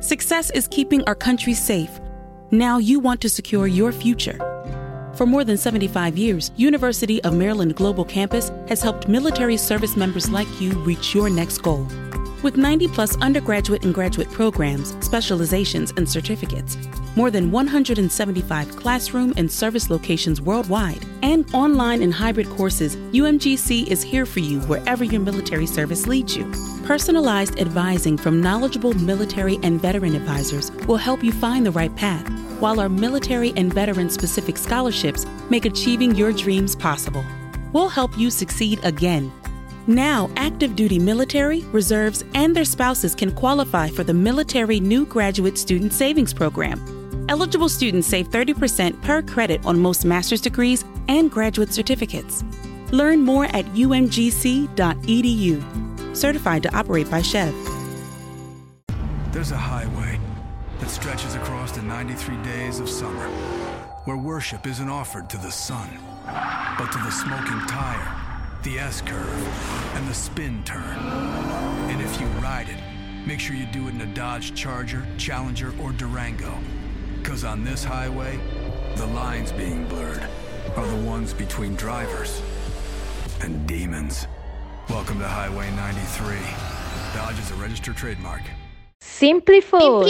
Success is keeping our country safe. Now you want to secure your future. For more than 75 years, University of Maryland Global Campus has helped military service members like you reach your next goal. With 90-plus undergraduate and graduate programs, specializations, and certificates, more than 175 classroom and service locations worldwide, and online and hybrid courses, UMGC is here for you wherever your military service leads you. Personalized advising from knowledgeable military and veteran advisors will help you find the right path, while our military and veteran-specific scholarships make achieving your dreams possible. We'll help you succeed again. Now, active duty military, reserves, and their spouses can qualify for the Military New Graduate Student Savings Program. Eligible students save 30% per credit on most master's degrees and graduate certificates. Learn more at umgc.edu. Certified to operate by SCHEV. There's a highway that stretches across the 93 days of summer, where worship isn't offered to the sun, but to the smoking tire, the S-curve, and the spin turn. And if you ride it, make sure you do it in a Dodge Charger, Challenger, or Durango. 'Cause on this highway, the lines being blurred are the ones between drivers and demons. Welcome to Highway 93. Dodge is a registered trademark. SimpliFor.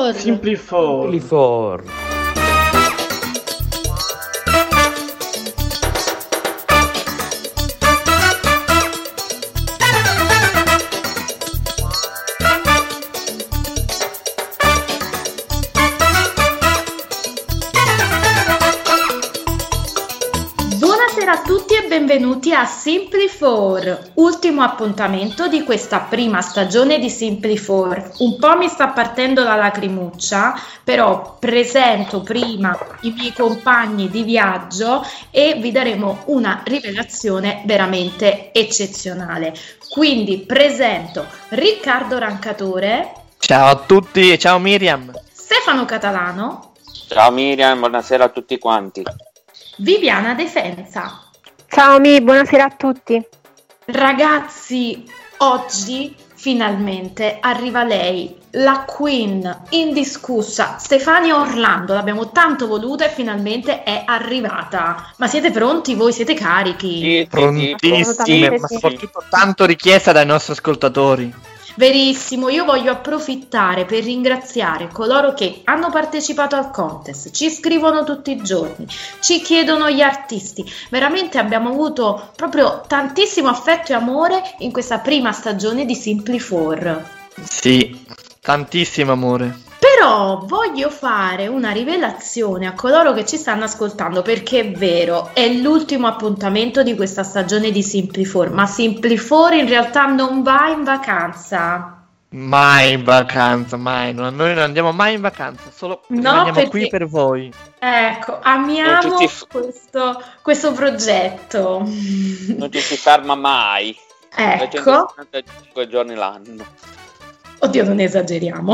Buonasera a tutti e benvenuti a SimpliFor, ultimo appuntamento di questa prima stagione di SimpliFor. Un po' mi sta partendo la lacrimuccia, però presento prima i miei compagni di viaggio e vi daremo una rivelazione veramente eccezionale. Quindi presento Riccardo Rancatore. Ciao a tutti e ciao Miriam. Stefano Catalano. Ciao Miriam, buonasera a tutti quanti. Viviana Defensa. Ciao Mi, buonasera a tutti. Ragazzi, oggi finalmente arriva lei, la Queen indiscussa, Stefania Orlando. L'abbiamo tanto voluta e finalmente è arrivata. Ma siete pronti? Voi siete carichi? Prontissime, ma soprattutto tanto richiesta dai nostri ascoltatori. Verissimo, io voglio approfittare per ringraziare coloro che hanno partecipato al contest, ci scrivono tutti i giorni, ci chiedono gli artisti. Veramente abbiamo avuto proprio tantissimo affetto e amore in questa prima stagione di SimpliFor. Sì, tantissimo amore. Però voglio fare una rivelazione a coloro che ci stanno ascoltando, perché è vero, è l'ultimo appuntamento di questa stagione di SimpliFor, ma SimpliFor in realtà non va in vacanza. Mai in vacanza, mai. Noi non andiamo mai in vacanza, solo rimaniamo qui per voi. Ecco, amiamo questo progetto. Non ci si ferma mai. Ecco. 365 giorni l'anno. Oddio, non esageriamo.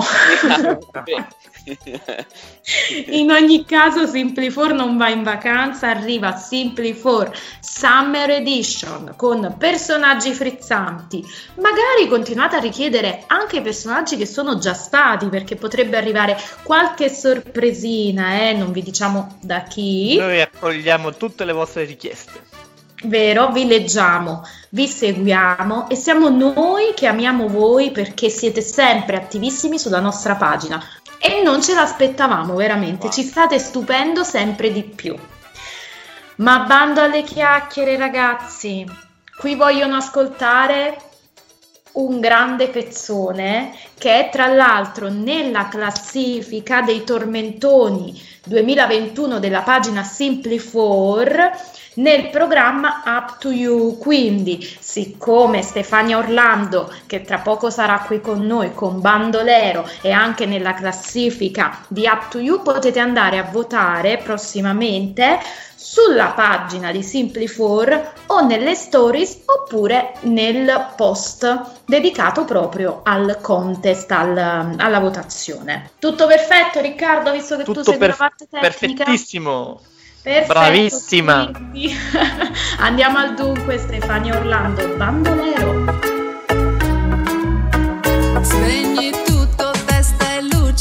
In ogni caso SimpliFor non va in vacanza, arriva SimpliFor Summer Edition con personaggi frizzanti. Magari continuate a richiedere anche i personaggi che sono già stati, perché potrebbe arrivare qualche sorpresina, non vi diciamo da chi. Noi accogliamo tutte le vostre richieste. Vero, vi leggiamo, vi seguiamo e siamo noi che amiamo voi, perché siete sempre attivissimi sulla nostra pagina e non ce l'aspettavamo veramente, ci state stupendo sempre di più. Ma bando alle chiacchiere ragazzi, qui vogliono ascoltare un grande pezzone che è tra l'altro nella classifica dei tormentoni 2021 della pagina SimpliFor nel programma Up to You. Quindi, siccome Stefania Orlando, che tra poco sarà qui con noi con Bandolero, è anche nella classifica di Up to You, potete andare a votare prossimamente sulla pagina di SimpliFor o nelle stories oppure nel post dedicato proprio al contest, alla votazione. Tutto perfetto Riccardo, visto che tu segui la parte tecnica? Perfettissimo. Perfetto, bravissima. Quindi andiamo al dunque. Stefania Orlando, Bandolero. Spegni tutto, testa e luce.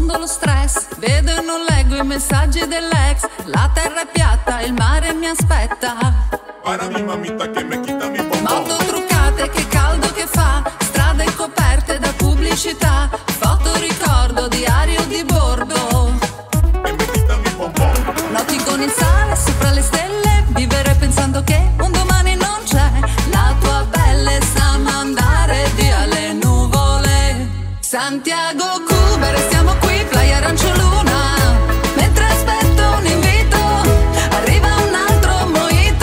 fondo lo stress, vedo e non leggo i messaggi dell'ex. La terra è piatta, il mare mi aspetta. Para mi mamita che me quita mi pompon. Moto truccate, che caldo che fa. Strade coperte da pubblicità. Foto ricordo, diario di bordo. E me quita mi pompon. Notti con il sale sopra le stelle. Vivere pensando che un domani non c'è. La tua pelle sa mandare via le nuvole. Santiago, Cuba, restiamo qui, playa Arancio Luna. Mentre aspetto un invito, arriva un altro mojito.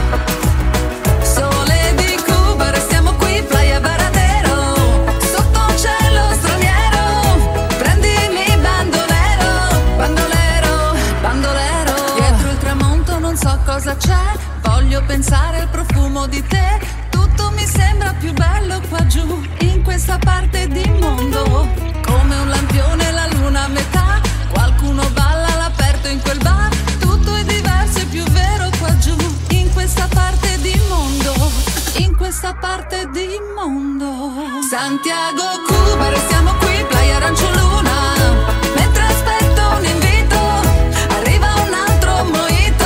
Sole di Cuba, restiamo qui, playa Varadero. Sotto un cielo straniero, prendimi bandolero, bandolero, bandolero. Dietro il tramonto non so cosa c'è, voglio pensare al profumo di te. Tutto mi sembra più bello qua giù, in questa parte di mondo. Come un lampione la luna a metà, qualcuno balla all'aperto in quel bar. Tutto è diverso e più vero qua giù, in questa parte di mondo, in questa parte di mondo. Santiago, Cuba, restiamo qui, playa Arancio Luna. Mentre aspetto un invito, arriva un altro mojito.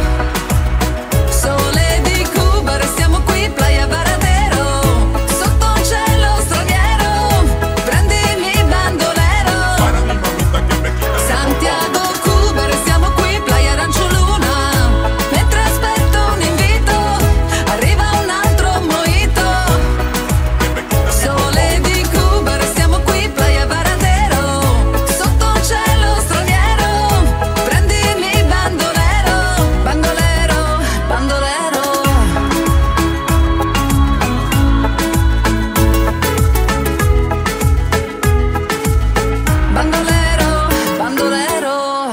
Sole di Cuba, restiamo qui, playa Varadero. Sotto un cielo straniero, prendimi bandolero. Para mi mamita che me quita mi Santiago, Cuba, restiamo qui, playa Arancio Luna. Mentre aspetto un invito, arriva un altro mojito. Sole di Cuba, restiamo qui, playa Varadero. Sotto un cielo straniero, prendimi bandolero, bandolero, bandolero. Bandolero, bandolero.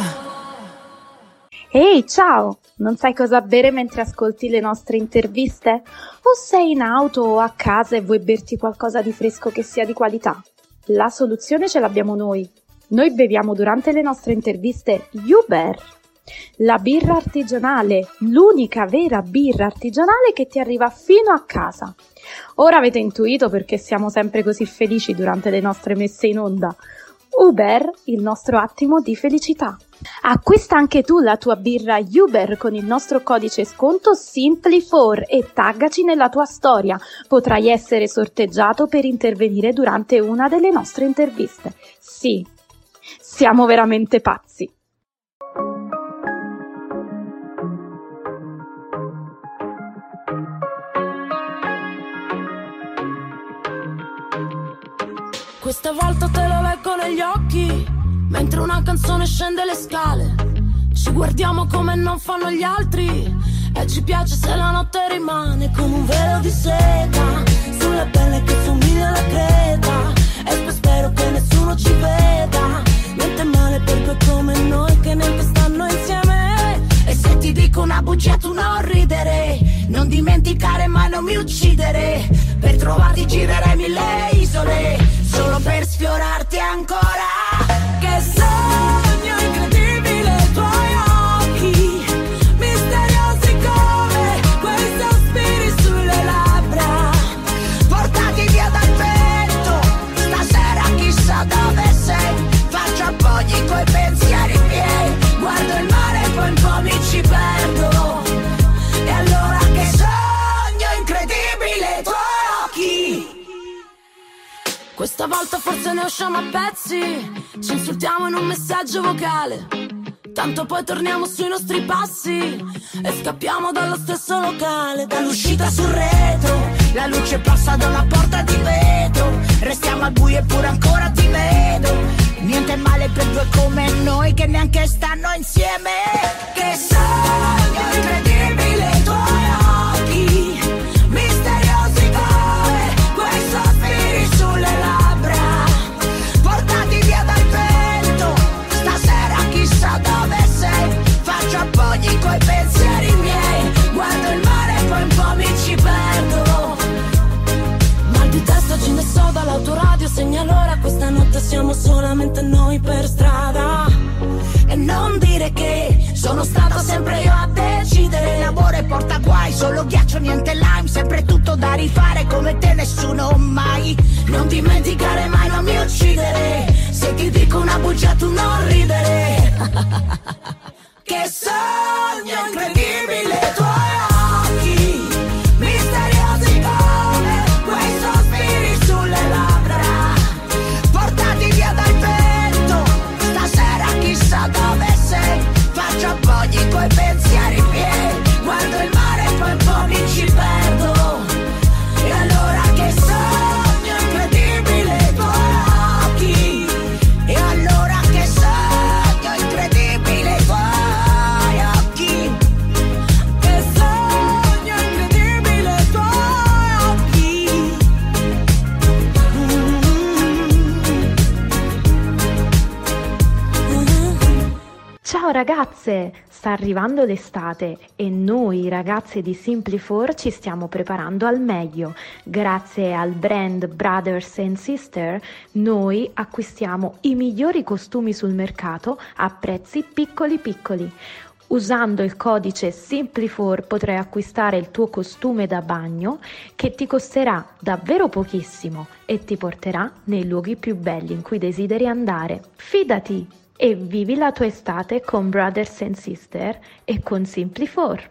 Ehi, ciao! Non sai cosa bere mentre ascolti le nostre interviste? O sei in auto o a casa e vuoi berti qualcosa di fresco che sia di qualità? La soluzione ce l'abbiamo noi. Noi beviamo durante le nostre interviste Uber, la birra artigianale, l'unica vera birra artigianale che ti arriva fino a casa. Ora avete intuito perché siamo sempre così felici durante le nostre messe in onda. Uber, il nostro attimo di felicità. Acquista anche tu la tua birra Uber con il nostro codice sconto Simply4 e taggaci nella tua storia. Potrai essere sorteggiato per intervenire durante una delle nostre interviste. Sì, siamo veramente pazzi. Questa volta te lo leggo negli occhi, mentre una canzone scende le scale. Ci guardiamo come non fanno gli altri e ci piace se la notte rimane come un velo di seta sulla pelle che somiglia alla creta. E poi spero che nessuno ci veda, niente male per due come noi che neanche stanno insieme. E se ti dico una bugia tu non ridere, non dimenticare mai non mi uccidere. Per trovarti girerei 1000 isole solo per sfiorarti ancora. Che sogno incredibile i tuoi occhi, misteriosi come quei sospiri sulle labbra, portati via dal vento. Stasera chissà dove sei, faccio appoggi coi pensieri miei. Guardo il mare e poi un po' mi ci perdo. E allora che sogno incredibile i tuoi occhi. Questa volta forse ne usciamo a pezzi, ci insultiamo in un messaggio vocale. Tanto poi torniamo sui nostri passi e scappiamo dallo stesso locale. Dall'uscita sul retro, la luce passa da una porta di vetro. Restiamo al buio eppure ancora ti vedo. Niente male per due come noi che neanche stanno insieme. Che sogno incredibile i tuoi occhi, misteriosi come quei sospiri sulle labbra, portati via dal vento. Stasera chissà dove sei, faccio appoggi coi pensieri miei. Guardo il mare e poi un po' mi ci perdo. Mal di testa ci ne so dall'autoradio, segna l'ora, questa notte siamo solamente noi per strada. E non dire che sono stato sempre io a decidere. L'amore porta guai, solo ghiaccio, niente lime. Sempre tutto da rifare come te nessuno mai. Non dimenticare mai, non mi uccidere. Se Se ti dico una bugia tu non ridere. Che sogno incredibile i tuoi occhi, misteriosi come quei sospiri sulle labbra, portati via dal petto, stasera chissà dove sei, faccio appoggi coi pensieri miei, guardo il mare e poi un po' mi ci perdo, e allora che sogno incredibile i tuoi occhi, e allora che sogno incredibile i tuoi occhi, che sogno incredibile i tuoi occhi. Ciao ragazze, sta arrivando l'estate e noi ragazze di Simply4 ci stiamo preparando al meglio. Grazie al brand Brothers and Sister noi acquistiamo i migliori costumi sul mercato a prezzi piccoli piccoli. Usando il codice Simply4 potrai acquistare il tuo costume da bagno che ti costerà davvero pochissimo e ti porterà nei luoghi più belli in cui desideri andare. Fidati! E vivi la tua estate con Brothers and Sister e con Simply4.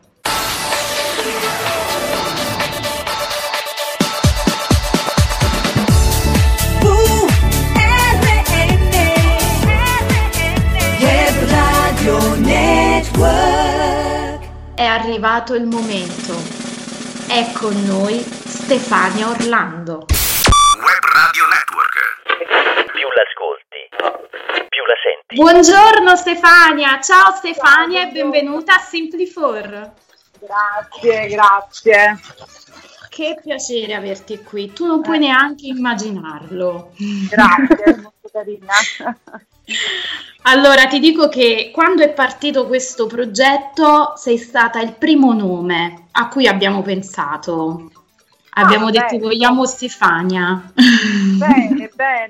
Radio Network. È arrivato il momento. È con noi Stefania Orlando. Web Radio Network. Più l'ascolti, più la senti. Buongiorno Stefania, ciao Stefania e benvenuta a Simply4. Grazie. Che piacere averti qui, tu non puoi neanche immaginarlo. Grazie, molto carina. Allora ti dico che quando è partito questo progetto sei stata il primo nome a cui abbiamo pensato. Abbiamo detto vogliamo Stefania. Bene,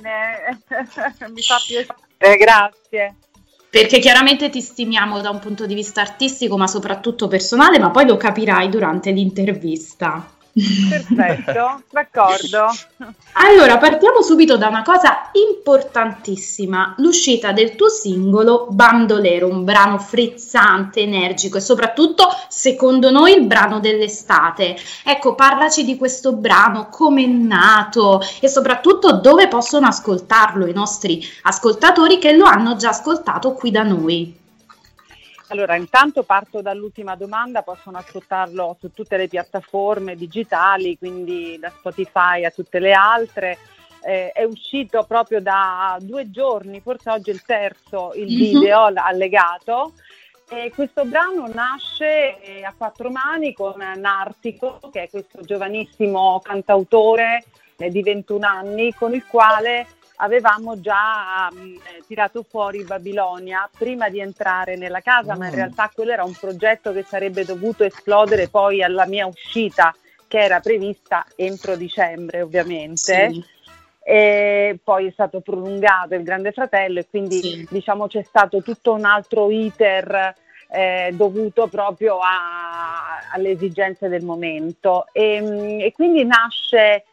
mi fa piacere, grazie. Perché chiaramente ti stimiamo da un punto di vista artistico, ma soprattutto personale, ma poi lo capirai durante l'intervista. Perfetto, d'accordo. Allora, partiamo subito da una cosa importantissima, l'uscita del tuo singolo Bandolero, un brano frizzante, energico e soprattutto, secondo noi, il brano dell'estate. Ecco, parlaci di questo brano, come è nato e soprattutto dove possono ascoltarlo i nostri ascoltatori che lo hanno già ascoltato qui da noi. Allora, intanto parto dall'ultima domanda, possono ascoltarlo su tutte le piattaforme digitali, quindi da Spotify a tutte le altre. È uscito proprio da 2 giorni, forse oggi è il terzo, il video allegato. E questo brano nasce a 4 mani con Nartico, che è questo giovanissimo cantautore di 21 anni, con il quale avevamo già tirato fuori Babilonia prima di entrare nella casa, ma in realtà quello era un progetto che sarebbe dovuto esplodere poi alla mia uscita, che era prevista entro dicembre ovviamente. Sì. E poi è stato prolungato il Grande Fratello e quindi diciamo c'è stato tutto un altro iter dovuto proprio alle esigenze del momento e quindi nasce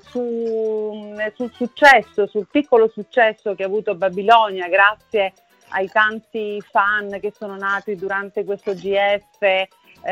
sul successo, sul piccolo successo che ha avuto Babilonia grazie ai tanti fan che sono nati durante questo GF,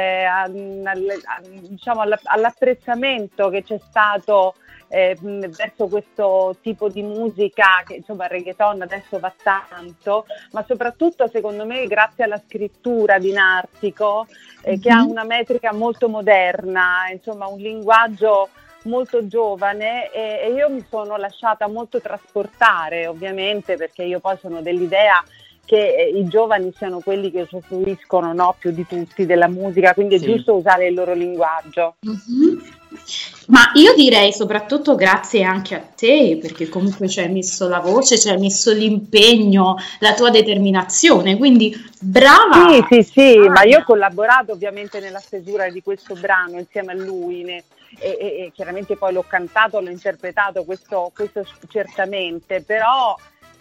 diciamo all'apprezzamento che c'è stato verso questo tipo di musica che insomma il reggaeton adesso va tanto, ma soprattutto secondo me grazie alla scrittura di Nartico che ha una metrica molto moderna, insomma un linguaggio molto giovane e io mi sono lasciata molto trasportare ovviamente perché io poi sono dell'idea che i giovani siano quelli che usufruiscono più di tutti della musica, quindi è giusto usare il loro linguaggio. Ma io direi soprattutto grazie anche a te perché comunque ci hai messo la voce, ci hai messo l'impegno, la tua determinazione, quindi brava! Sì, ma io ho collaborato ovviamente nella stesura di questo brano insieme a lui e chiaramente poi l'ho cantato, l'ho interpretato, questo certamente, però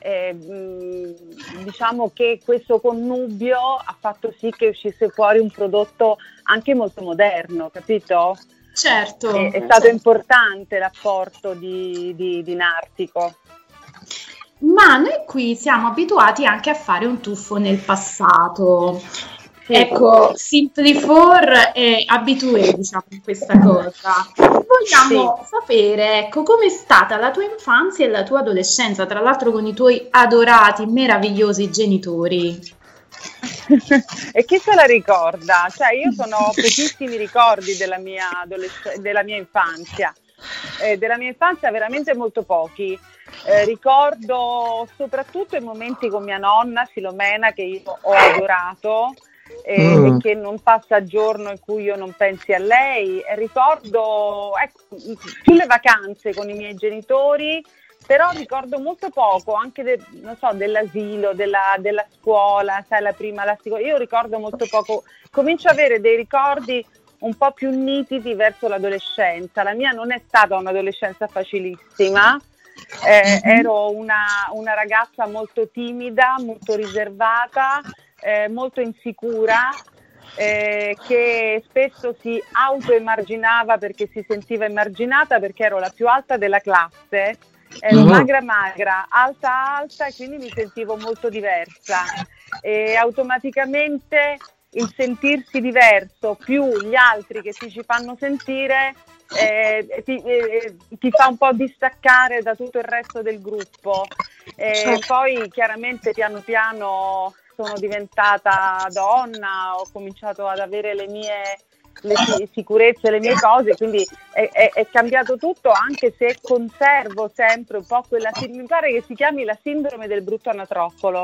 diciamo che questo connubio ha fatto sì che uscisse fuori un prodotto anche molto moderno, capito? Certo. È stato importante l'apporto di Nartico. ma noi qui siamo abituati anche a fare un tuffo nel passato. Ecco, Simply4 è abitué, diciamo, in questa cosa. Vogliamo sapere, ecco, com'è stata la tua infanzia e la tua adolescenza, tra l'altro con i tuoi adorati, meravigliosi genitori. E chi se la ricorda? Cioè, io ho pochissimi ricordi della mia infanzia. Della mia infanzia veramente molto pochi. Ricordo soprattutto i momenti con mia nonna Filomena, che io ho adorato, e che non passa giorno in cui io non pensi a lei. Ricordo più le vacanze con i miei genitori, però ricordo molto poco anche dell'asilo, della scuola, sai, la prima, la seconda. Io ricordo molto poco, comincio ad avere dei ricordi un po' più nitidi verso l'adolescenza. La mia non è stata un'adolescenza facilissima, ero una ragazza molto timida, molto riservata, molto insicura, che spesso si autoemarginava perché si sentiva emarginata, perché ero la più alta della classe, ero magra, alta, e quindi mi sentivo molto diversa, e automaticamente il sentirsi diverso più gli altri che ci fanno sentire ti fa un po' distaccare da tutto il resto del gruppo. Poi chiaramente piano piano sono diventata donna, ho cominciato ad avere le sicurezze, le mie cose, quindi è cambiato tutto, anche se conservo sempre un po' quella, mi pare che si chiami la sindrome del brutto anatroccolo.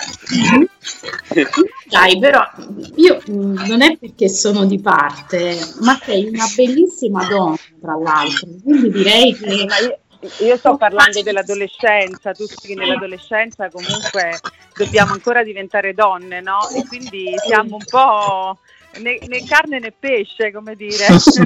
Dai, però io non è perché sono di parte, ma sei una bellissima donna, tra l'altro, quindi direi che io sto parlando dell'adolescenza, tutti nell'adolescenza comunque dobbiamo ancora diventare donne, no? E quindi siamo un po' né carne né pesce, come dire.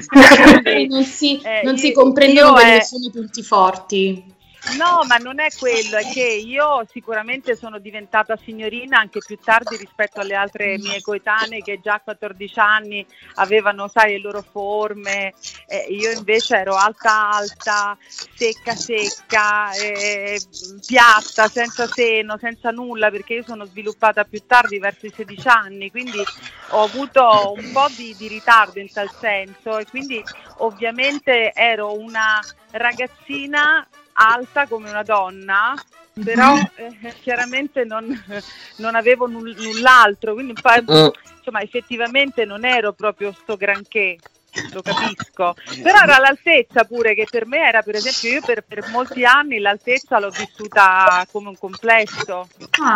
non si comprendono quali sono i punti forti. No, ma non è quello, è che io sicuramente sono diventata signorina anche più tardi rispetto alle altre mie coetanee che già a 14 anni avevano, sai, le loro forme, io invece ero alta, secca, piatta, senza seno, senza nulla, perché io sono sviluppata più tardi, verso i 16 anni, quindi ho avuto un po' di ritardo in tal senso, e quindi ovviamente ero una ragazzina alta come una donna, però chiaramente non avevo null'altro, quindi insomma effettivamente non ero proprio sto granché, lo capisco, però era l'altezza pure, che per me era, per esempio, io per molti anni l'altezza l'ho vissuta come un complesso.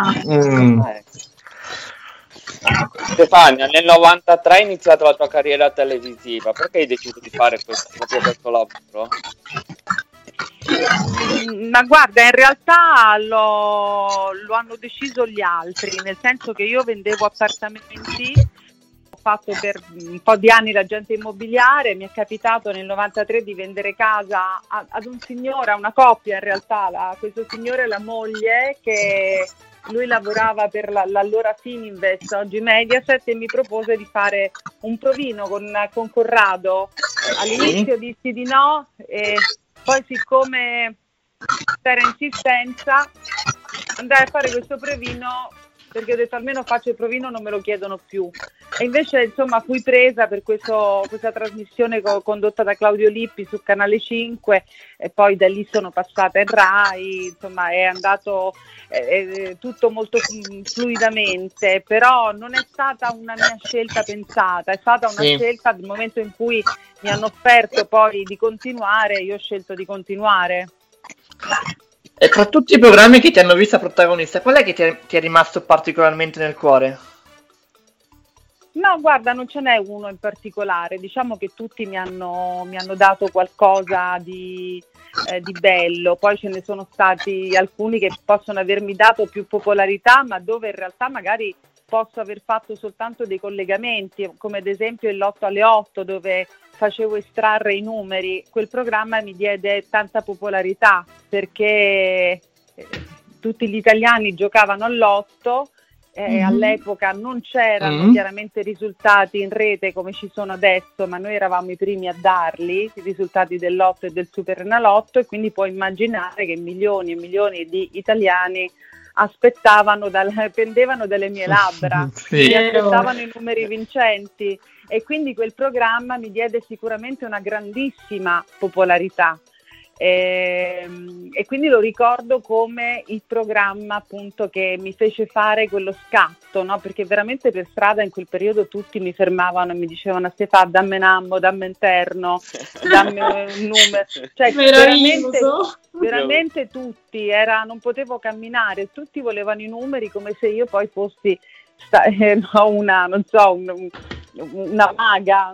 Stefania, nel 93 hai iniziato la tua carriera televisiva, perché hai deciso di fare questo lavoro? Ma guarda, in realtà lo hanno deciso gli altri, nel senso che io vendevo appartamenti, ho fatto per un po' di anni l'agente immobiliare, mi è capitato nel 93 di vendere casa ad un signore, a una coppia in realtà, questo signore e la moglie, che lui lavorava per l'allora Fininvest, oggi Mediaset, e mi propose di fare un provino con Corrado. All'inizio dissi di no, e poi siccome c'era insistenza andai a fare questo provino, perché ho detto almeno faccio il provino, non me lo chiedono più. E invece insomma fui presa per questa trasmissione condotta da Claudio Lippi su Canale 5, e poi da lì sono passata in Rai, insomma è andato tutto molto fluidamente, però non è stata una mia scelta pensata, è stata una scelta nel momento in cui mi hanno offerto poi di continuare, io ho scelto di continuare. E tra tutti i programmi che ti hanno vista protagonista, qual è che ti è rimasto particolarmente nel cuore? No, guarda, non ce n'è uno in particolare, diciamo che tutti mi hanno dato qualcosa di bello, poi ce ne sono stati alcuni che possono avermi dato più popolarità, ma dove in realtà magari posso aver fatto soltanto dei collegamenti, come ad esempio il Lotto alle 8, dove facevo estrarre i numeri. Quel programma mi diede tanta popolarità perché tutti gli italiani giocavano al lotto, all'epoca non c'erano chiaramente risultati in rete come ci sono adesso, ma noi eravamo i primi a darli, i risultati del Lotto e del Superenalotto, e quindi puoi immaginare che milioni e milioni di italiani pendevano dalle mie labbra, mi aspettavano i numeri vincenti, e quindi quel programma mi diede sicuramente una grandissima popolarità. E quindi lo ricordo come il programma appunto che mi fece fare quello scatto, no? Perché veramente per strada in quel periodo tutti mi fermavano e mi dicevano: Stefà, dammi un ammo, dammi interno, dammi un numero, cioè veramente tutti, non potevo camminare, tutti volevano i numeri come se io poi fossi una maga,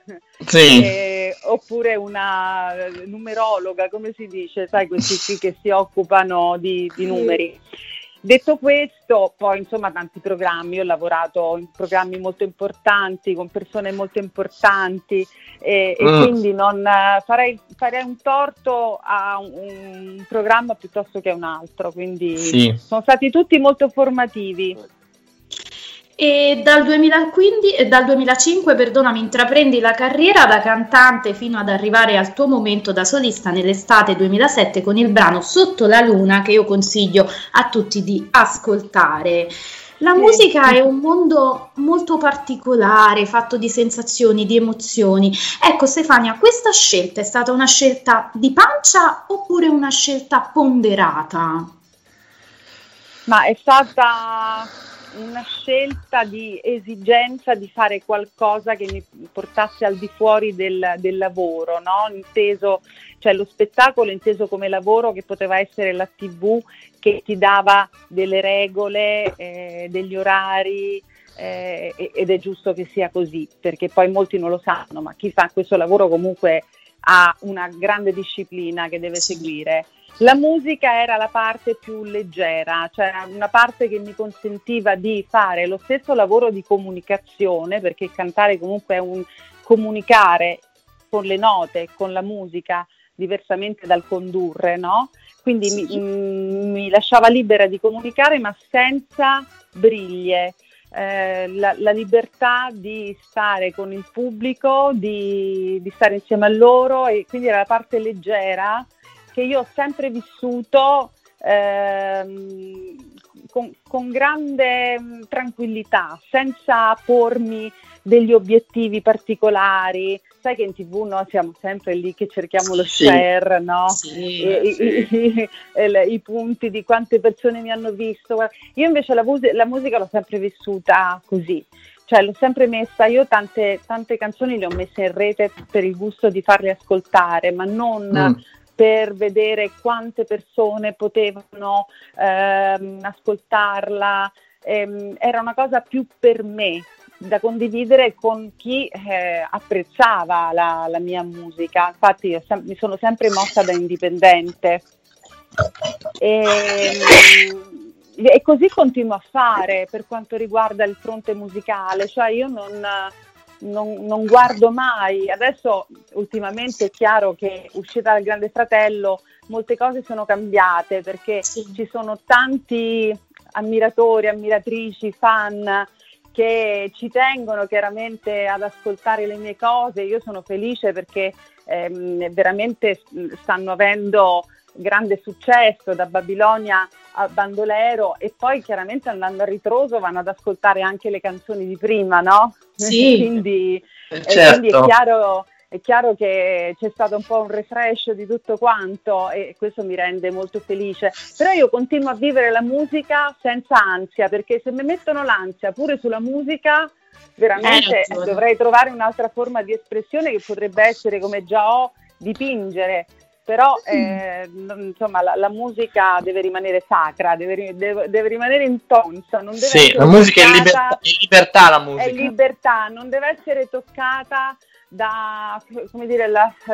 oppure una numerologa, come si dice, sai, questi qui che si occupano di numeri. Detto questo, poi insomma tanti programmi, ho lavorato in programmi molto importanti, con persone molto importanti, e quindi non farei un torto a un programma piuttosto che a un altro, quindi sono stati tutti molto formativi. E dal 2005, intraprendi la carriera da cantante fino ad arrivare al tuo momento da solista nell'estate 2007 con il brano Sotto la Luna, che io consiglio a tutti di ascoltare. La musica è un mondo molto particolare, fatto di sensazioni, di emozioni. Ecco, Stefania, questa scelta è stata una scelta di pancia oppure una scelta ponderata? Ma è stata una scelta di esigenza di fare qualcosa che mi portasse al di fuori del lavoro, no? Inteso, cioè lo spettacolo inteso come lavoro, che poteva essere la TV che ti dava delle regole, degli orari, ed è giusto che sia così, perché poi molti non lo sanno, ma chi fa questo lavoro comunque ha una grande disciplina che deve seguire. La musica era la parte più leggera, cioè una parte che mi consentiva di fare lo stesso lavoro di comunicazione, perché cantare comunque è un comunicare con le note, con la musica, diversamente dal condurre, no? Quindi mi lasciava libera di comunicare, ma senza briglie. La libertà di stare con il pubblico, di stare insieme a loro, e quindi era la parte leggera che io ho sempre vissuto con grande tranquillità, senza pormi degli obiettivi particolari. Sai che in TV noi siamo sempre lì che cerchiamo lo share, no? I punti di quante persone mi hanno visto. Io invece la musica l'ho sempre vissuta così. Cioè l'ho sempre messa, io tante canzoni le ho messe in rete per il gusto di farle ascoltare, ma non per vedere quante persone potevano ascoltarla. Era una cosa più per me, da condividere con chi apprezzava la mia musica. Infatti io mi sono sempre mossa da indipendente, e così continuo a fare per quanto riguarda il fronte musicale, cioè io non guardo mai. Adesso ultimamente è chiaro che uscita dal Grande Fratello molte cose sono cambiate, perché ci sono tanti ammiratori, ammiratrici, fan che ci tengono chiaramente ad ascoltare le mie cose. Io sono felice perché veramente stanno avendo grande successo, da Babilonia a Bandolero, e poi chiaramente andando a ritroso vanno ad ascoltare anche le canzoni di prima, no? Quindi è chiaro che c'è stato un po' un refresh di tutto quanto, e questo mi rende molto felice. Però io continuo a vivere la musica senza ansia, perché se mi mettono l'ansia pure sulla musica, veramente dovrei trovare un'altra forma di espressione, che potrebbe essere, come già ho, dipingere. Però insomma la musica deve rimanere sacra, deve rimanere intonsa, non deve essere la musica è libertà, la musica è libertà, non deve essere toccata da, come dire,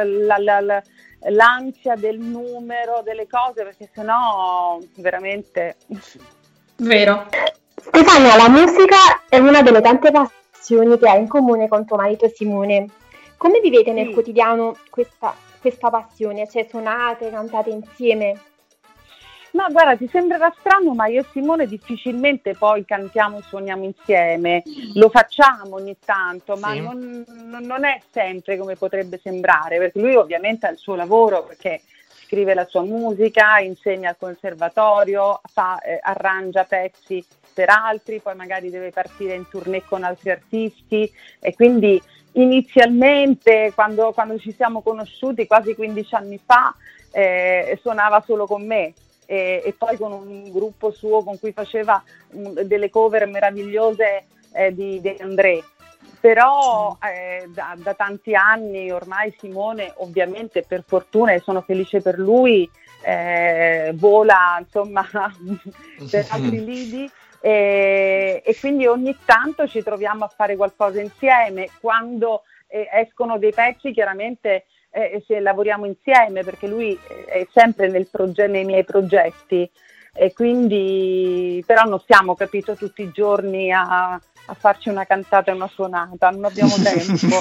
l'ansia del numero, delle cose, perché sennò veramente vero. Stefania, la musica è una delle tante passioni che hai in comune con tuo marito Simone. Come vivete nel quotidiano questa passione? Cioè, suonate, cantate insieme? Ma guarda, ti sembrerà strano, ma io e Simone difficilmente poi cantiamo e suoniamo insieme, lo facciamo ogni tanto, ma Sì. non è sempre come potrebbe sembrare, perché lui ovviamente ha il suo lavoro, perché scrive la sua musica, insegna al conservatorio, arrangia pezzi per altri, poi magari deve partire in tournée con altri artisti, e quindi inizialmente quando ci siamo conosciuti quasi 15 anni fa suonava solo con me. E poi con un gruppo suo con cui faceva delle cover meravigliose di André. Però da tanti anni ormai Simone, ovviamente, per fortuna, e sono felice per lui, vola insomma per altri lidi, e quindi ogni tanto ci troviamo a fare qualcosa insieme. Quando escono dei pezzi, chiaramente se lavoriamo insieme, perché lui è sempre nei miei progetti, e quindi però non stiamo, capito, tutti i giorni a farci una cantata e una suonata, non abbiamo tempo.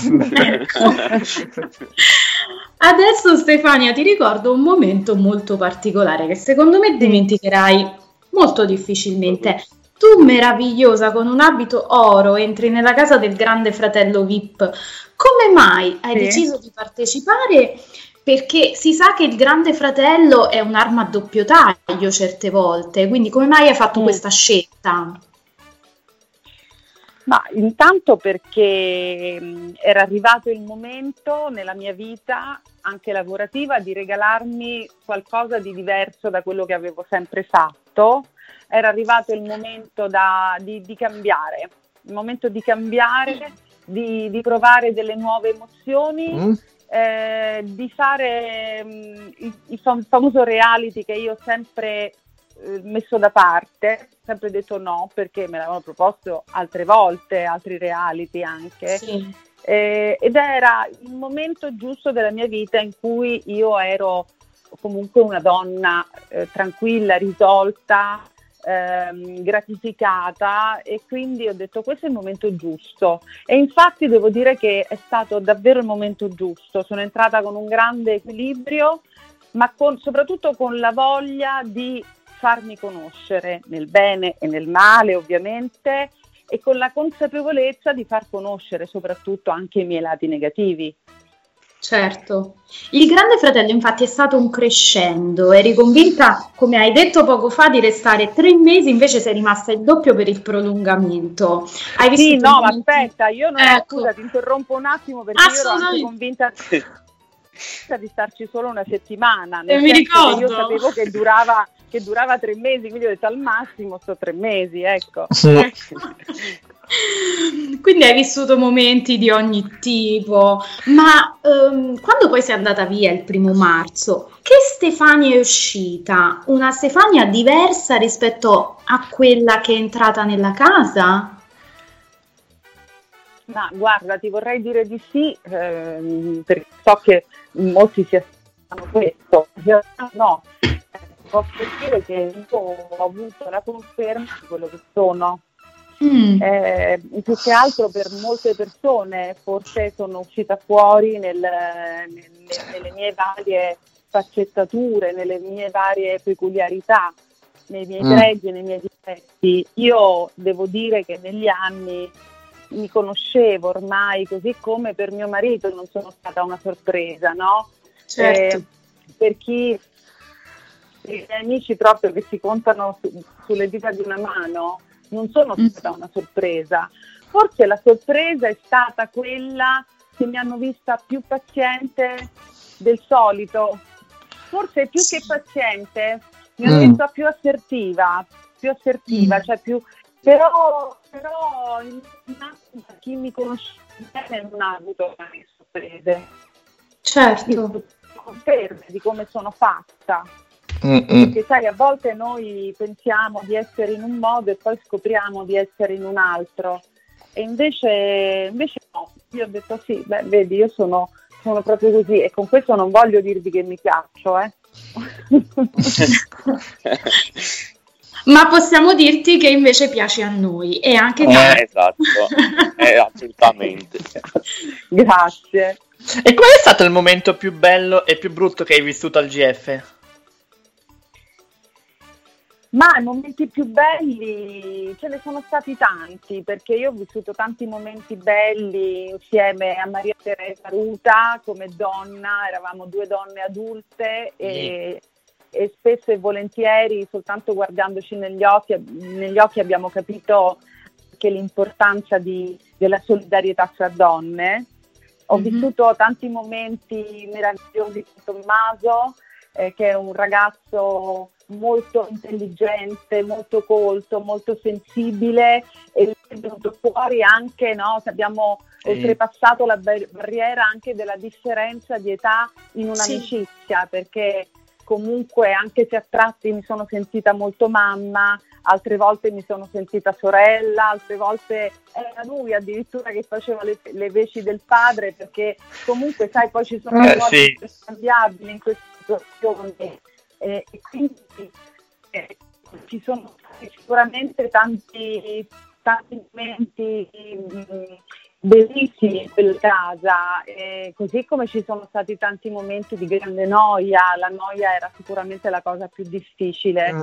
Adesso, Stefania, ti ricordo un momento molto particolare che secondo me dimenticherai molto difficilmente. Tu, meravigliosa, con un abito oro, entri nella casa del grande fratello VIP. Come mai hai deciso di partecipare? Perché si sa che il grande fratello è un'arma a doppio taglio certe volte, quindi come mai hai fatto questa scelta? Ma intanto perché era arrivato il momento nella mia vita, anche lavorativa, di regalarmi qualcosa di diverso da quello che avevo sempre fatto. Era arrivato il momento di cambiare, il momento di cambiare, di provare delle nuove emozioni, di fare il famoso reality che io ho sempre messo da parte, sempre detto no, perché me l'avevano proposto altre volte, altri reality anche, Sì. Ed era il momento giusto della mia vita in cui io ero comunque una donna tranquilla, risolta, gratificata, e quindi ho detto questo è il momento giusto, e infatti devo dire che è stato davvero il momento giusto. Sono entrata con un grande equilibrio, ma soprattutto con la voglia di farmi conoscere nel bene e nel male, ovviamente, e con la consapevolezza di far conoscere soprattutto anche i miei lati negativi. Certo. Il Grande Fratello infatti è stato un crescendo, eri convinta, come hai detto poco fa, di restare 3 mesi, invece sei rimasta il doppio per il prolungamento. Hai Sì, vissuto no, momenti- aspetta, io non scusa, ti interrompo un attimo, perché io ero anche Assolutamente. convinta di starci solo una settimana, mi senso che ricordo. io sapevo che durava 3 mesi, quindi ho detto al massimo sto 3 mesi, ecco. Quindi hai vissuto momenti di ogni tipo, ma quando poi sei andata via il 1° marzo, che Stefania è uscita? Una Stefania diversa rispetto a quella che è entrata nella casa? Ma guarda, ti vorrei dire di sì, perché so che molti si aspettano questo. Io no, posso dire che io ho avuto la conferma di quello che sono. Più che altro per molte persone forse sono uscita fuori nelle mie varie sfaccettature, nelle mie varie peculiarità, nei miei pregi, nei miei difetti. Io devo dire che negli anni mi conoscevo ormai, così come per mio marito non sono stata una sorpresa, no? Certo. Per i miei amici proprio che si contano sulle dita di una mano, non sono stata una sorpresa. Forse la sorpresa è stata quella che mi hanno vista più paziente del solito, forse più che paziente mi hanno vista più assertiva, cioè più, però chi mi conosce bene non ha avuto mai sorprese. Certo. Conferme di come sono fatta. Perché sai, a volte noi pensiamo di essere in un modo e poi scopriamo di essere in un altro, e invece no. Io ho detto sì, beh, vedi, io sono proprio così, e con questo non voglio dirvi che mi piaccio, Ma possiamo dirti che invece piace a noi, e anche esatto, assolutamente. Grazie. E qual è stato il momento più bello e più brutto che hai vissuto al GF? Ma i momenti più belli ce ne sono stati tanti, perché io ho vissuto tanti momenti belli insieme a Maria Teresa Ruta come donna, eravamo 2 donne adulte e spesso e volentieri soltanto guardandoci negli occhi abbiamo capito che l'importanza della solidarietà fra donne. Ho vissuto tanti momenti meravigliosi con Tommaso, che è un ragazzo molto intelligente, molto colto, molto sensibile, e è venuto fuori anche, no, che abbiamo oltrepassato la barriera anche della differenza di età in un'amicizia, perché comunque anche se a tratti mi sono sentita molto mamma, altre volte mi sono sentita sorella, altre volte era lui addirittura che faceva le veci del padre, perché comunque sai poi ci sono modi scambiabili in queste situazioni e quindi ci sono sicuramente tanti momenti bellissimi in quella casa, così come ci sono stati tanti momenti di grande noia. La noia era sicuramente la cosa più difficile,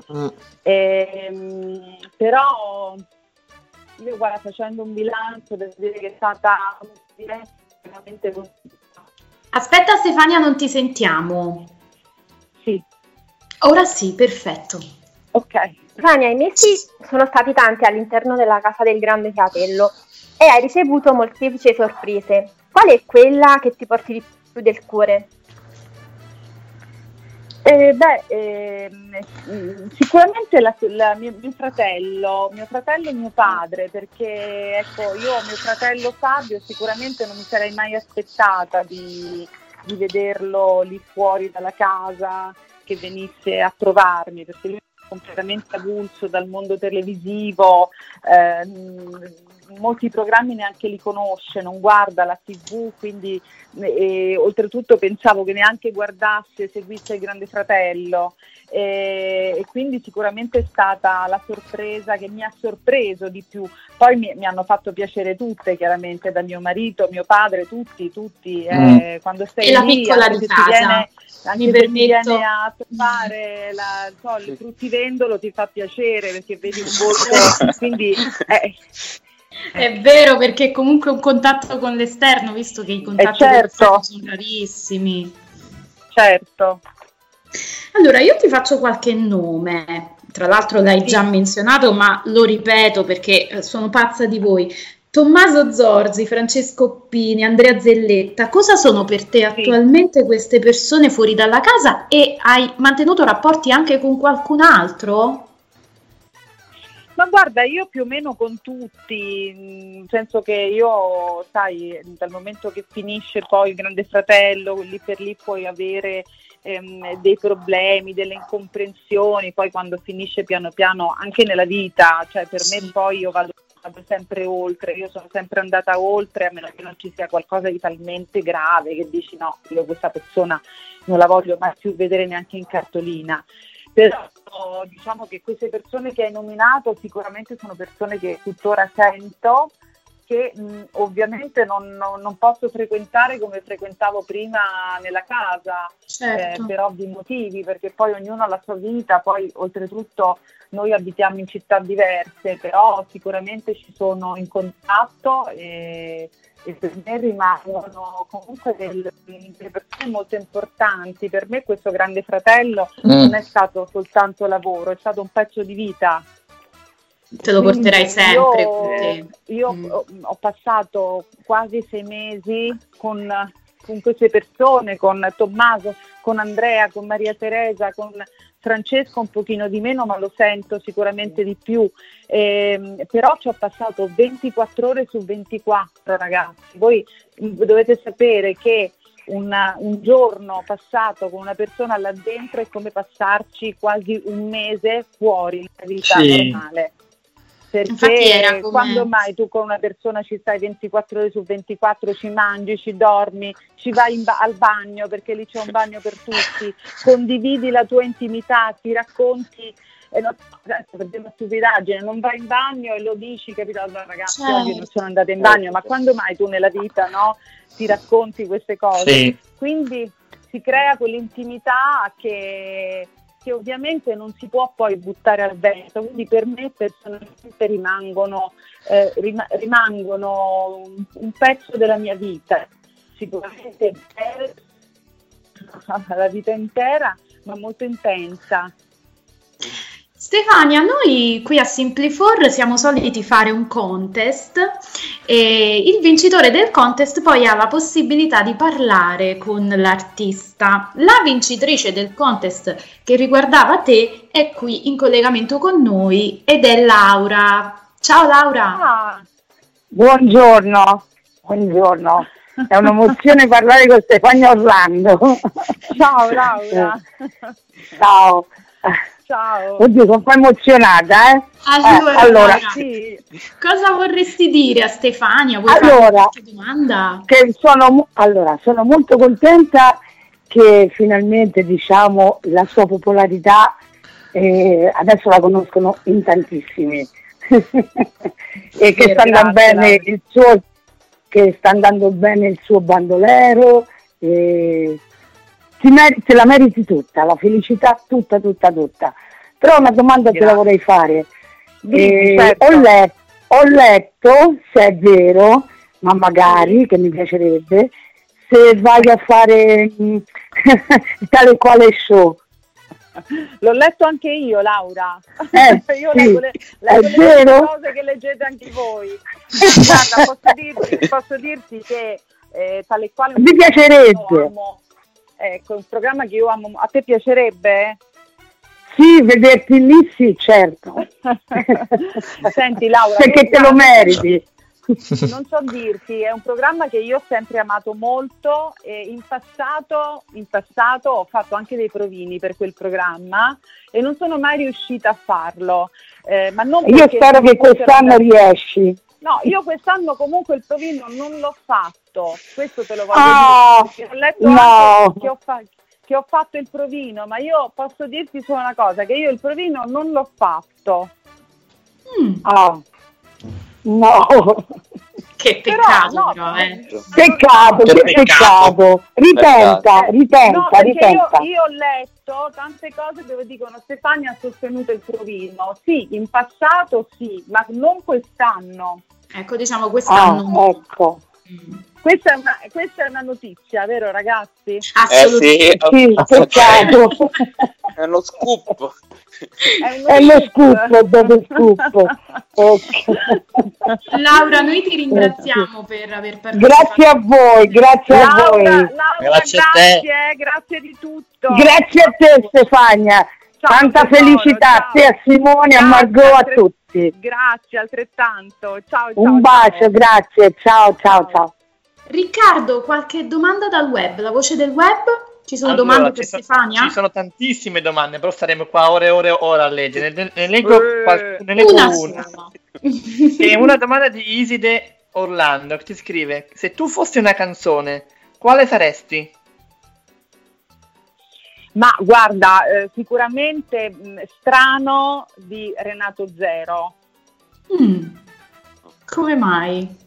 però io guarda, facendo un bilancio devo dire che è stata veramente positiva. Aspetta Stefania, non ti sentiamo. Sì. Ora sì, perfetto. Ok. Stefania, i mesi sono stati tanti all'interno della casa del Grande Fratello e hai ricevuto molteplici sorprese. Qual è quella che ti porti di più del cuore? Sicuramente mio fratello e mio padre, perché ecco, io mio fratello Fabio sicuramente non mi sarei mai aspettata di vederlo lì fuori dalla casa, che venisse a trovarmi, perché lui è completamente avulso dal mondo televisivo, molti programmi neanche li conosce, non guarda la TV, quindi oltretutto pensavo che neanche guardasse, seguisse il Grande Fratello, e quindi sicuramente è stata la sorpresa che mi ha sorpreso di più. Poi mi hanno fatto piacere tutte, chiaramente, da mio marito, mio padre, tutti quando sei e la lì, piccola di casa, anche se ti viene a trovare il fruttivendolo ti fa piacere perché vedi un volto, quindi è vero, perché comunque un contatto con l'esterno, visto che i contatti sono rarissimi. Certo. Allora, io ti faccio qualche nome, tra l'altro l'hai già menzionato, ma lo ripeto perché sono pazza di voi. Tommaso Zorzi, Francesco Pini, Andrea Zelletta, cosa sono per te attualmente queste persone fuori dalla casa, e hai mantenuto rapporti anche con qualcun altro? Ma guarda, io più o meno con tutti, nel senso che io, sai, dal momento che finisce poi il Grande Fratello, lì per lì puoi avere dei problemi, delle incomprensioni, poi quando finisce piano piano anche nella vita, cioè per me poi io vado sempre oltre, io sono sempre andata oltre, a meno che non ci sia qualcosa di talmente grave che dici no, io questa persona non la voglio mai più vedere neanche in cartolina. Però diciamo che queste persone che hai nominato sicuramente sono persone che tuttora sento, che ovviamente non posso frequentare come frequentavo prima nella casa, per ovvi motivi, perché poi ognuno ha la sua vita, poi oltretutto noi abitiamo in città diverse, però sicuramente ci sono in contatto e per me rimangono comunque delle persone molto importanti. Per me questo Grande Fratello non è stato soltanto lavoro, è stato un pezzo di vita. Te lo porterai sempre con te. Io ho passato quasi 6 mesi con queste persone, con Tommaso, con Andrea, con Maria Teresa, con Francesco un pochino di meno, ma lo sento sicuramente di più, però ci ho passato 24 ore su 24, ragazzi. Voi dovete sapere che un giorno passato con una persona là dentro è come passarci quasi un mese fuori nella vita normale. Perché quando mai tu con una persona ci stai 24 ore su 24, ci mangi, ci dormi, ci vai al bagno perché lì c'è un bagno per tutti, condividi la tua intimità, ti racconti, per dire una stupidaggine, non vai in bagno e lo dici, capito? Allora, ragazzi, oggi non sono andata in bagno, ma quando mai tu nella vita, no, ti racconti queste cose? Quindi si crea quell'intimità che che ovviamente non si può poi buttare al vento, quindi per me personalmente rimangono un pezzo della mia vita, sicuramente la vita intera, ma molto intensa. Stefania, noi qui a Simply4 siamo soliti fare un contest e il vincitore del contest poi ha la possibilità di parlare con l'artista. La vincitrice del contest che riguardava te è qui in collegamento con noi ed è Laura. Ciao Laura! Buongiorno, è un'emozione parlare con Stefania Orlando. Ciao Laura! Ciao! Ciao. Oddio, sono un po' emozionata, eh? Allora sì. Cosa vorresti dire a Stefania? Vuoi fare qualche domanda? Che sono molto contenta che finalmente, diciamo, la sua popolarità adesso la conoscono in tantissimi e che sta andando bene che sta andando bene il suo bandolero. Te la meriti tutta, la felicità tutta. Però una domanda te la vorrei fare. Certo. Ho letto, se è vero, ma magari, che mi piacerebbe, se vai a fare tale quale show. L'ho letto anche io, Laura. Io sì, leggo le cose che leggete anche voi. Guarda, posso dirti che tale quale mi piacerebbe. Ecco, un programma che io amo. A te piacerebbe? Sì, vederti lì, sì, certo. Senti Laura, perché te lo meriti. Non so dirti, è un programma che io ho sempre amato molto e in passato ho fatto anche dei provini per quel programma e non sono mai riuscita a farlo. Ma non io spero che quest'anno riesci. No, io quest'anno comunque il provino non l'ho fatto, questo te lo voglio dire. Ho letto anche che ho fatto il provino, ma io posso dirti solo una cosa, che io il provino non l'ho fatto. No. Che peccato, Peccato. Ripenta. Io ho letto tante cose dove dicono Stefania ha sostenuto il provino. Sì, in passato sì, ma non quest'anno. Ecco, diciamo quest'anno. Ecco. Questa è una notizia, vero ragazzi? Assolutamente. Sì, peccato. È uno scoop. È lo scoop. Laura, noi ti ringraziamo per aver partecipato. Grazie a voi, Laura, grazie a te. Grazie di tutto. Grazie a te Stefania. Ciao, tanta tesoro, felicità a te, a Simone, a Margot, a tutti. Grazie, altrettanto. Ciao. Un bacio, grazie. Ciao. Riccardo, qualche domanda dal web? La voce del web? Ci sono domande per Stefania? Ci sono tantissime domande, però staremo qua ore e ore a leggere. Ne leggo una. È una domanda di Iside Orlando che ti scrive: se tu fossi una canzone, quale saresti? Ma guarda, sicuramente Strano di Renato Zero. Come mai?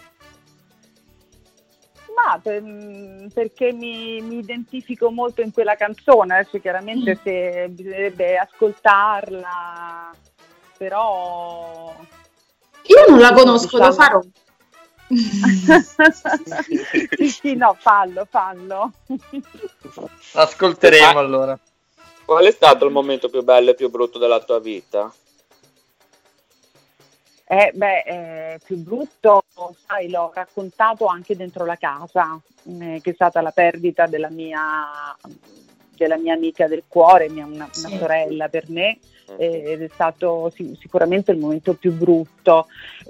Ma perché mi identifico molto in quella canzone, adesso chiaramente se bisognerebbe ascoltarla, però... Io non la conosco, lo farò. sì, no, fallo. Ascolteremo allora. Qual è stato il momento più bello e più brutto della tua vita? Più brutto, sai, l'ho raccontato anche dentro la casa, che è stata la perdita della mia amica del cuore, una sorella per me, ed è stato sicuramente il momento più brutto.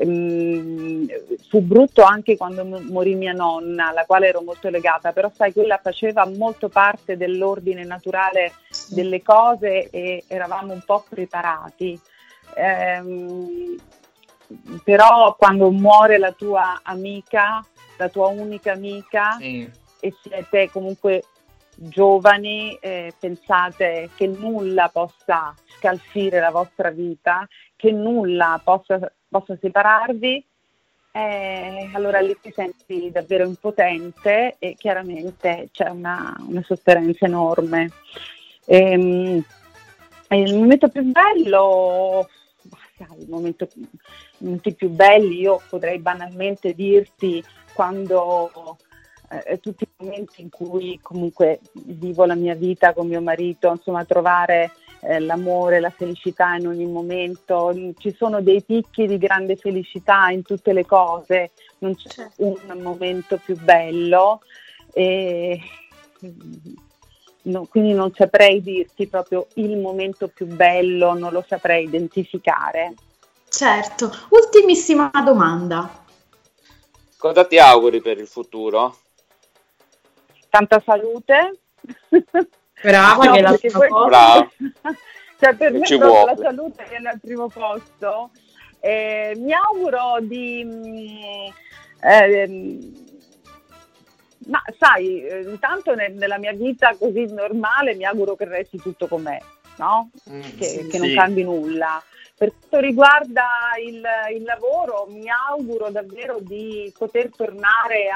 Fu brutto anche quando morì mia nonna, alla quale ero molto legata, però sai, quella faceva molto parte dell'ordine naturale delle cose e eravamo un po' preparati. Però quando muore la tua amica, la tua unica amica, e siete comunque giovani, pensate che nulla possa scalfire la vostra vita, che nulla possa separarvi, allora lì ti senti davvero impotente e chiaramente c'è una sofferenza enorme. Il momento più bello, sai, i momenti più belli, io potrei banalmente dirti quando tutti i momenti in cui comunque vivo la mia vita con mio marito, insomma trovare l'amore, la felicità in ogni momento. Ci sono dei picchi di grande felicità in tutte le cose, non c'è un momento più bello e quindi non saprei dirti proprio il momento più bello, non lo saprei identificare. Certo, ultimissima domanda. Cosa ti auguri per il futuro? Tanta salute. Brava, No, che la perché poi- Brava. Cioè, per me Ci proprio vuole. la salute viene al primo posto. Mi auguro ma sai, intanto nella mia vita così normale mi auguro che resti tutto com'è, no? Che non sì. cambi nulla. Per quanto riguarda il lavoro, mi auguro davvero di poter tornare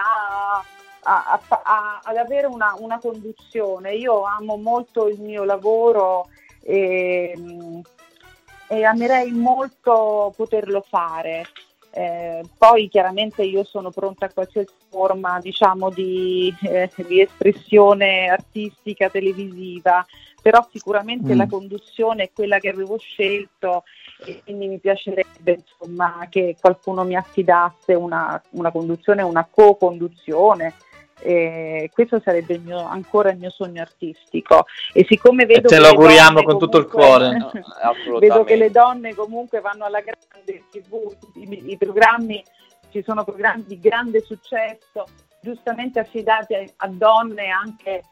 ad avere una conduzione. Io amo molto il mio lavoro e amerei molto poterlo fare. Poi chiaramente io sono pronta a qualsiasi forma, diciamo, di espressione artistica, televisiva, però sicuramente la conduzione è quella che avevo scelto e quindi mi piacerebbe, insomma, che qualcuno mi affidasse una conduzione, una co-conduzione. Questo sarebbe ancora il mio sogno artistico, e siccome vedo te che lo le auguriamo donne con tutto il comunque- cuore. No, assolutamente. vedo che le donne comunque vanno alla grande in TV, i programmi, ci sono programmi di grande successo giustamente affidati a donne anche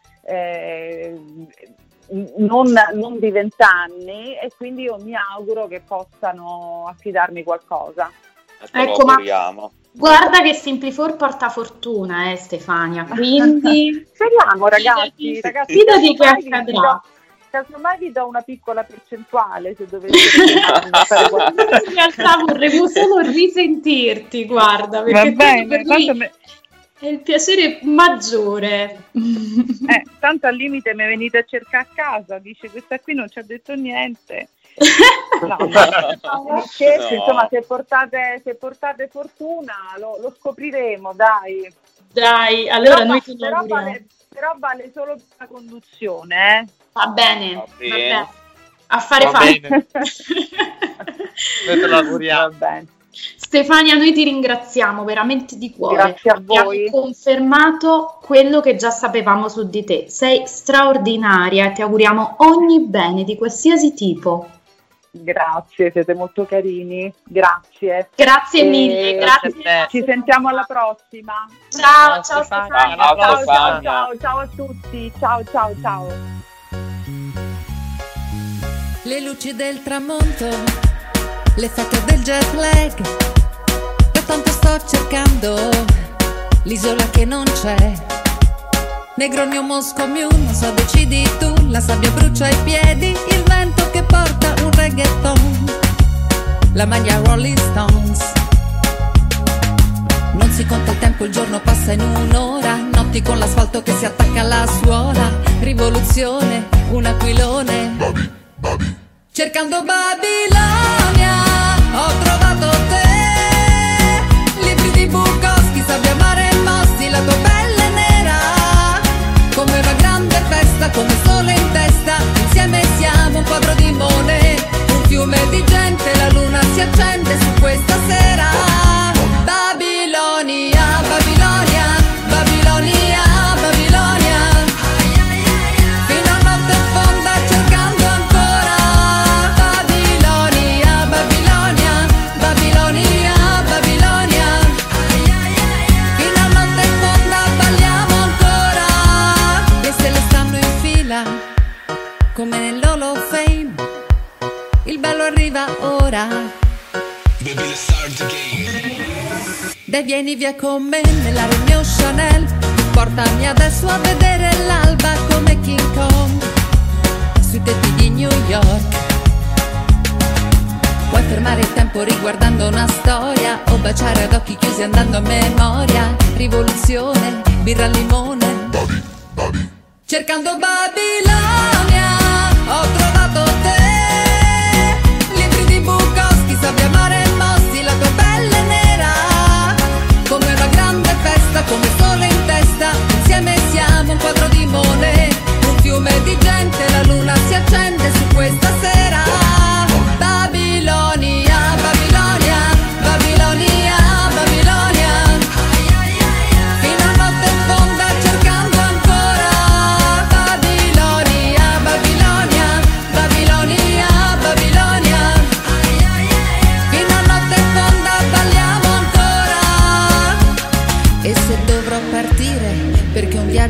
non di 20 anni, e quindi io mi auguro che possano affidarmi qualcosa. Te lo Ecco, ma auguriamo. guarda che Simplifor porta fortuna, Stefania, quindi Speriamo, ragazzi, fidati che casomai vi accadrà. do- casomai vi do una piccola percentuale se doveste fare qualcosa. In realtà vorremmo solo risentirti, guarda, perché Va bene, per tanto noi è il piacere maggiore. Tanto al limite mi venite a cercare a casa, dice questa qui non ci ha detto niente. No, scherzi, No. insomma, se portate fortuna lo scopriremo, dai. Dai, allora Però, noi ti però auguriamo. vale solo per la conduzione, Va bene, Va va bene. bene. Affare Va fatto. bene. Noi te lo auguriamo. Va bene. Stefania, noi ti ringraziamo veramente di cuore. Grazie a Abbiamo voi. confermato quello che già sapevamo su di te. Sei straordinaria e ti auguriamo ogni bene di qualsiasi tipo. Grazie, siete molto carini, grazie. Grazie mille, grazie. Ci sentiamo alla prossima. Ciao, Ciao, ciao Stefania. Stefania. Ciao, Stefania. Ciao a tutti, ciao. Le luci del tramonto, l'effetto del jet lag. Da tanto sto cercando l'isola che non c'è. Negroni o Moscow, non so, decidi tu. La sabbia brucia i piedi, il vento che porta un reggaeton. La maglia Rolling Stones. Non si conta il tempo, il giorno passa in un'ora. Notti con l'asfalto che si attacca alla suola. Rivoluzione, un aquilone. Cercando Babilonia, ho trovato te. Libri di Bukowski, sabbia, mare e mossi. La tua pelle è nera come una grande festa, come sole in testa. Insieme siamo un quadro di Monet, un fiume di gente. La luna si accende su questa sera. Babilonia, Babilonia, Babilonia, Babilonia. Fino a notte fonda cercando ancora. Babilonia, Babilonia, Babilonia, Babilonia. Fino a notte fonda balliamo ancora. Le stelle stanno in fila come nell'Hall of Fame. Il bello arriva ora. Dai, vieni via con me nella Romeo Chanel. Portami adesso a vedere l'alba come King Kong sui tetti di New York. Puoi fermare il tempo riguardando una storia o baciare ad occhi chiusi andando a memoria. Rivoluzione, birra al limone. Cercando Babilonia, ho trovato te.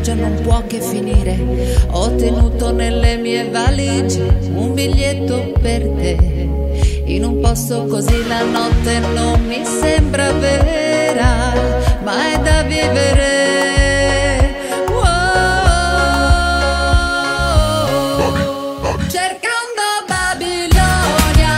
viaggio non può che finire. Ho tenuto nelle mie valigie un biglietto per te. In un posto così la notte non mi sembra vera, ma è da vivere. Cercando Babilonia.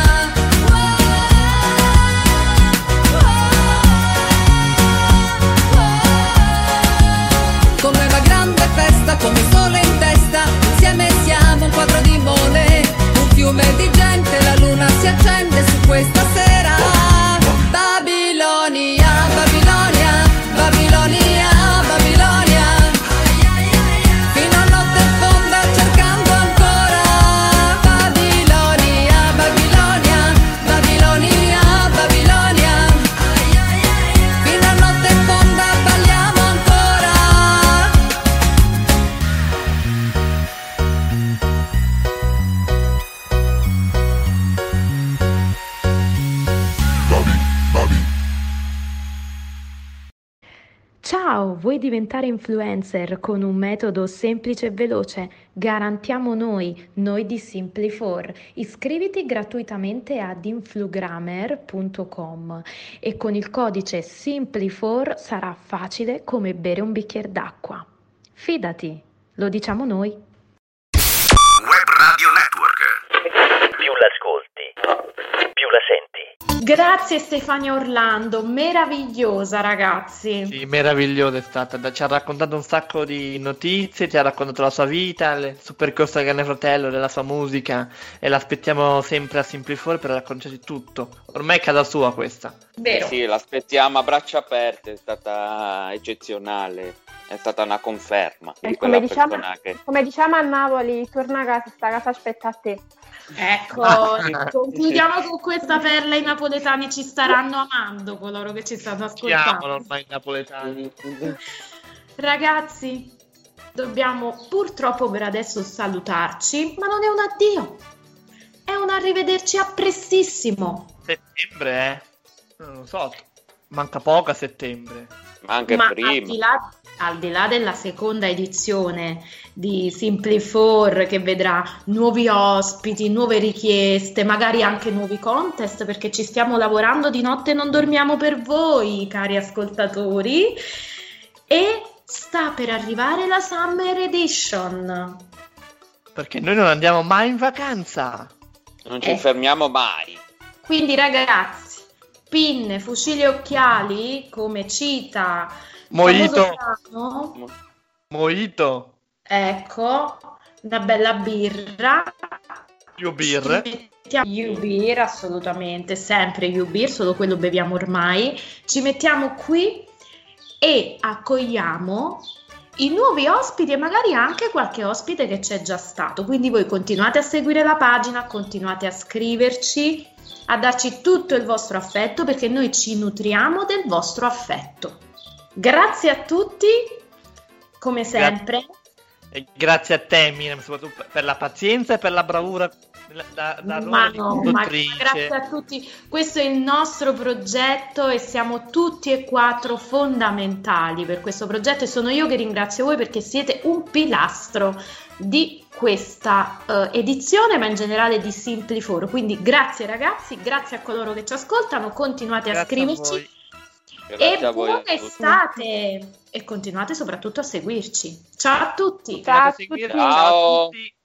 Come una grande festa, come il sole in testa, insieme siamo un quadro di mole, un fiume di gente, la luna si accende su questa sera. Babilonia, Babilonia, Babilonia, Babilonia, fino a notte fonda cercando ancora. Babilonia, Babilonia, Babilonia, Babilonia, fino a notte fonda balliamo ancora. Ciao, vuoi diventare influencer con un metodo semplice e veloce? Garantiamo noi di Simply4. Iscriviti gratuitamente ad influgrammer.com e con il codice Simply4 sarà facile come bere un bicchiere d'acqua. Fidati, lo diciamo noi. Web Radio Network. Più l'ascolti, più la senti. Grazie Stefania Orlando, meravigliosa ragazzi. Sì, meravigliosa è stata, ci ha raccontato un sacco di notizie, ci ha raccontato la sua vita, il suo percorso al Grande Fratello, della sua musica, e l'aspettiamo sempre a Simply4 per raccontarci tutto. Ormai è casa sua questa. Vero. Sì, l'aspettiamo a braccia aperte, è stata eccezionale, è stata una conferma di quella persona che... come diciamo a Napoli, torna a casa, sta casa aspetta a te. Ecco, concludiamo con questa perla. I napoletani ci staranno amando, coloro che ci stanno ascoltando. Chiamano ormai i napoletani. Ragazzi, dobbiamo purtroppo per adesso salutarci, ma non è un addio, è un arrivederci a prestissimo. Settembre, non lo so, manca poco a settembre. Ma anche prima. Al di là della seconda edizione di Simply4, che vedrà nuovi ospiti, nuove richieste, magari anche nuovi contest, perché ci stiamo lavorando di notte e non dormiamo per voi, cari ascoltatori, e sta per arrivare la Summer Edition. Perché noi non andiamo mai in vacanza. Non ci fermiamo mai. Quindi ragazzi, pinne, fucili e occhiali, come cita Mojito. Ecco, una bella birra. U-Beer, assolutamente, sempre U-Beer, solo quello beviamo ormai. Ci mettiamo qui e accogliamo i nuovi ospiti e magari anche qualche ospite che c'è già stato. Quindi voi continuate a seguire la pagina, continuate a scriverci, a darci tutto il vostro affetto, perché noi ci nutriamo del vostro affetto. Grazie a tutti, come sempre. E grazie a te, Miriam, soprattutto per la pazienza e per la bravura da conduttrice. Grazie a tutti. Questo è il nostro progetto e siamo tutti e quattro fondamentali per questo progetto, e sono io che ringrazio voi perché siete un pilastro di questa edizione, ma in generale di Simply4. Quindi grazie ragazzi, grazie a coloro che ci ascoltano, continuate a scriverci. E buona estate e continuate soprattutto a seguirci. Ciao a tutti. Ciao a tutti. Ciao.